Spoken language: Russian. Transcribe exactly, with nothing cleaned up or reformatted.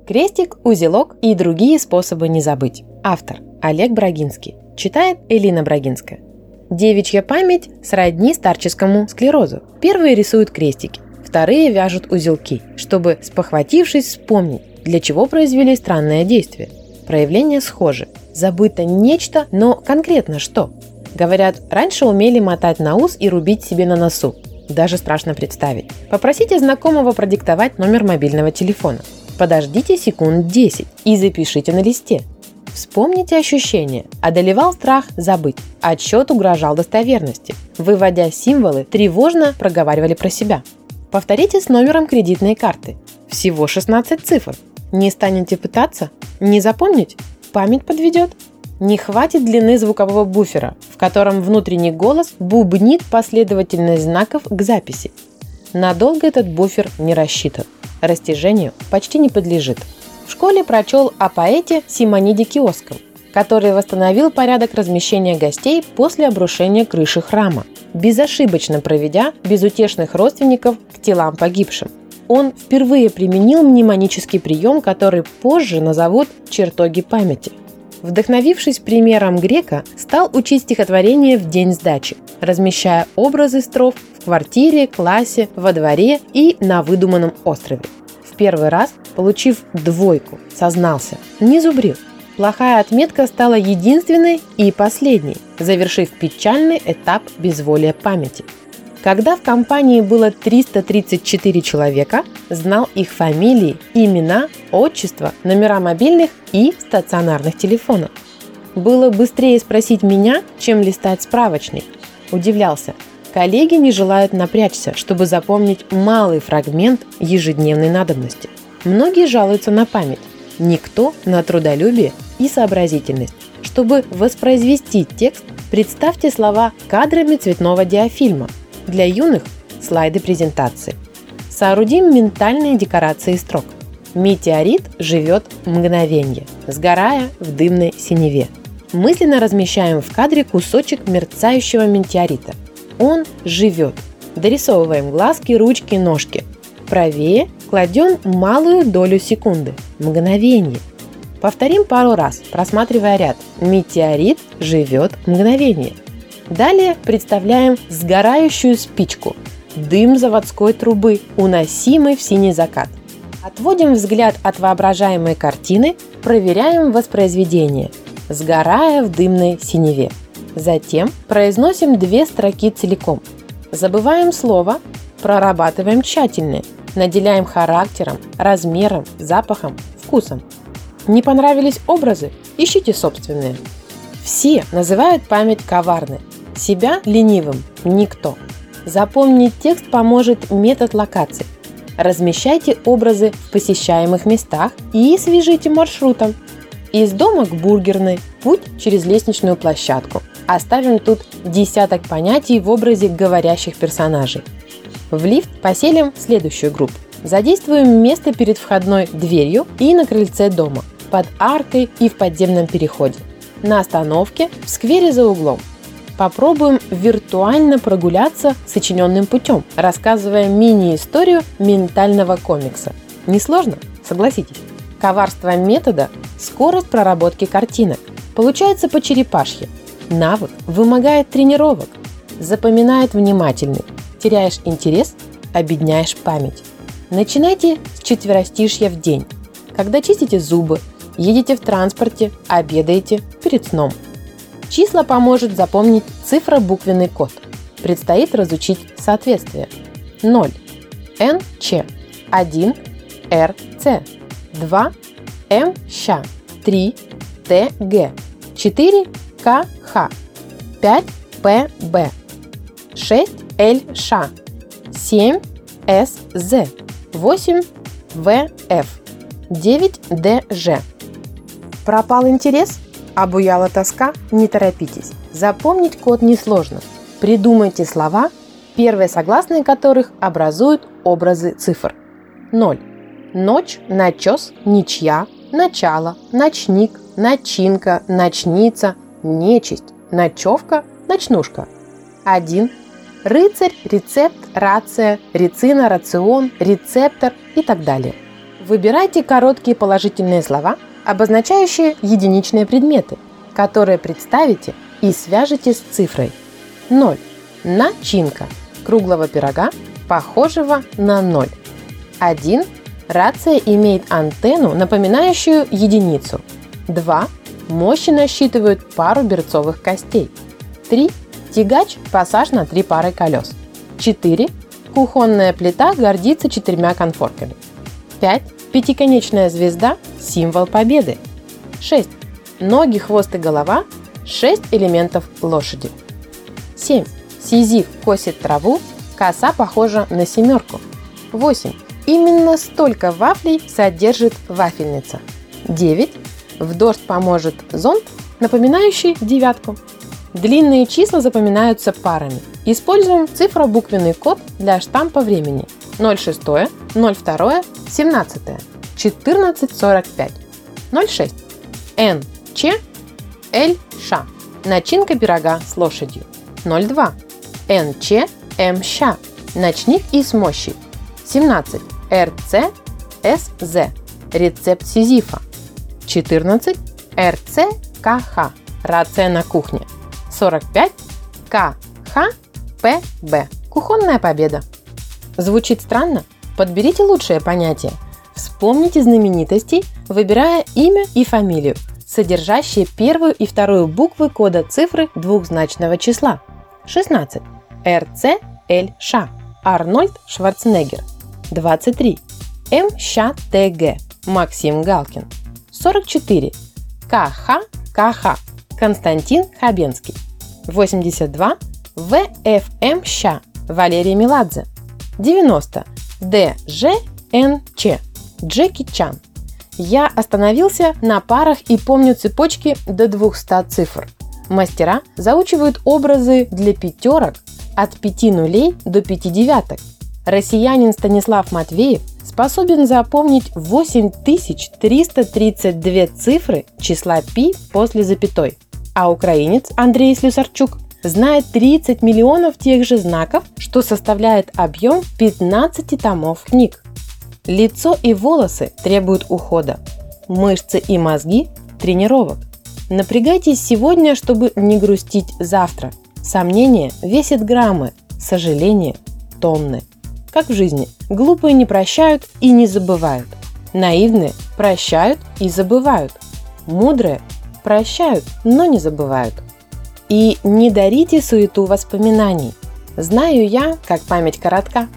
Крестик, узелок и другие способы не забыть. Автор Олег Брагинский. Читает Элина Брагинская. Девичья память сродни старческому склерозу. Первые рисуют крестики, вторые вяжут узелки, чтобы, спохватившись, вспомнить, для чего произвели странное действие. Проявления схожи. Забыто нечто, но конкретно что? Говорят, раньше умели мотать на ус и рубить себе на носу. Даже страшно представить. Попросите знакомого продиктовать номер мобильного телефона. Подождите секунд десять и запишите на листе. Вспомните ощущение. Одолевал страх забыть. Отсчет угрожал достоверности. Выводя символы, тревожно проговаривали про себя. Повторите с номером кредитной карты. Всего шестнадцать цифр. Не станете пытаться? Не запомнить? Память подведет? Не хватит длины звукового буфера, в котором внутренний голос бубнит последовательность знаков к записи. Надолго этот буфер не рассчитан. Растяжению почти не подлежит. В школе прочел о поэте Симониде Киосском, который восстановил порядок размещения гостей после обрушения крыши храма, безошибочно проведя безутешных родственников к телам погибшим. Он впервые применил мнемонический прием, который позже назовут чертоги памяти. Вдохновившись примером грека, стал учить стихотворение в день сдачи, размещая образы строф в квартире, классе, во дворе и на выдуманном острове. В первый раз, получив двойку, сознался, не зубрил. Плохая отметка стала единственной и последней, завершив печальный этап безволия памяти. Когда в компании было триста тридцать четыре человека, знал их фамилии, имена, отчества, номера мобильных и стационарных телефонов. Было быстрее спросить меня, чем листать справочник. Удивлялся. Коллеги не желают напрячься, чтобы запомнить малый фрагмент ежедневной надобности. Многие жалуются на память, никто на трудолюбие и сообразительность. Чтобы воспроизвести текст, представьте слова кадрами цветного диафильма. Для юных – слайды презентации. Соорудим ментальные декорации строк. Метеорит живет в мгновенье, сгорая в дымной синеве. Мысленно размещаем в кадре кусочек мерцающего метеорита. Он живет. Дорисовываем глазки, ручки, ножки. Правее кладем малую долю секунды. Мгновенье. Повторим пару раз, просматривая ряд. Метеорит живет мгновенье. Далее представляем сгорающую спичку, дым заводской трубы, уносимый в синий закат. Отводим взгляд от воображаемой картины, проверяем воспроизведение, сгорая в дымной синеве. Затем произносим две строки целиком. Забываем слово, прорабатываем тщательно, наделяем характером, размером, запахом, вкусом. Не понравились образы? Ищите собственные. Все называют память коварной. Себя ленивым – никто. Запомнить текст поможет метод локации. Размещайте образы в посещаемых местах и свяжите маршрутом. Из дома к бургерной, путь через лестничную площадку. Оставим тут десяток понятий в образе говорящих персонажей. В лифт поселим следующую группу. Задействуем место перед входной дверью и на крыльце дома, под аркой и в подземном переходе. На остановке, в сквере за углом. Попробуем виртуально прогуляться сочиненным путем, рассказывая мини-историю ментального комикса. Несложно? Согласитесь. Коварство метода – скорость проработки картинок. Получается по черепашье. Навык вымогает тренировок. Запоминает внимательный. Теряешь интерес – обедняешь память. Начинайте с четверостишья в день. Когда чистите зубы, едете в транспорте, обедаете, перед сном. Числа поможет запомнить цифро-буквенный код. Предстоит разучить соответствие. ноль. эн че. один. эр це. два. эм ща. три. тэ гэ. четыре. ка ха. пять. пэ бэ. шесть. эль ша. семь. эс зэ. восемь. вэ эф. девять. дэ жэ. Пропал интерес? Обуяла тоска? Не торопитесь. Запомнить код несложно. Придумайте слова, первые согласные которых образуют образы цифр. ноль. Ночь, начес, ничья, начало, ночник, начинка, ночница, нечисть, ночевка, ночнушка. один. Рыцарь, рецепт, рация, рецина, рацион, рецептор и так далее. Выбирайте короткие положительные слова, обозначающие единичные предметы, которые представите и свяжете с цифрой. ноль. Начинка круглого пирога, похожего на ноль. один. Рация имеет антенну, напоминающую единицу. два. Мощи насчитывают пару берцовых костей. три. Тягач – пассаж на три пары колес. четыре. Кухонная плита гордится четырьмя конфорками. пять. Пятиконечная звезда – символ победы. шесть. Ноги, хвост и голова – шесть элементов лошади. семь. Сизиф косит траву, коса похожа на семерку. восемь. Именно столько вафлей содержит вафельница. девять. В дождь поможет зонт, напоминающий девятку. Длинные числа запоминаются парами. Используем цифро-буквенный код для штампа времени. ноль шесть, ноль два, семнадцать, четырнадцать сорок пять. ноль шесть. Н. Ч. Л. Ш. Начинка пирога с лошадью. ноль два. Н. Ч. М. Щ. Ночник из мощи. семнадцать. Р. Ц. С. З. Рецепт Сизифа. четырнадцать. Р. Ц. К. Х. Рация на кухне. сорок пять. К. Х. П. Б. Кухонная победа. Звучит странно? Подберите лучшее понятие. Вспомните знаменитостей, выбирая имя и фамилию, содержащие первую и вторую буквы кода цифры двухзначного числа. шестнадцать. Р. Ц. Л. Ш. Арнольд Шварценеггер. двадцать три. М. Щ. Т. Г. Максим Галкин. сорок четыре. К. Х. К. Х. Константин Хабенский. восемьдесят два. В. Ф. М. Щ. Валерий Меладзе. девяносто. Д. Ж. Н. Ч. Джеки Чан. Я остановился на парах и помню цепочки до двухсот цифр. Мастера заучивают образы для пятерок от пяти нулей до пяти девяток. Россиянин Станислав Матвеев способен запомнить восемь тысяч триста тридцать две цифры числа пи после запятой, а украинец Андрей Слюсарчук знает тридцать миллионов тех же знаков, что составляет объем пятнадцати томов книг. Лицо и волосы требуют ухода, мышцы и мозги – тренировок. Напрягайтесь сегодня, чтобы не грустить завтра. Сомнение весит граммы, сожаление – тонны. Как в жизни, глупые не прощают и не забывают. Наивные прощают и забывают. Мудрые прощают, но не забывают. И не дарите суету воспоминаний. Знаю я, как память коротка.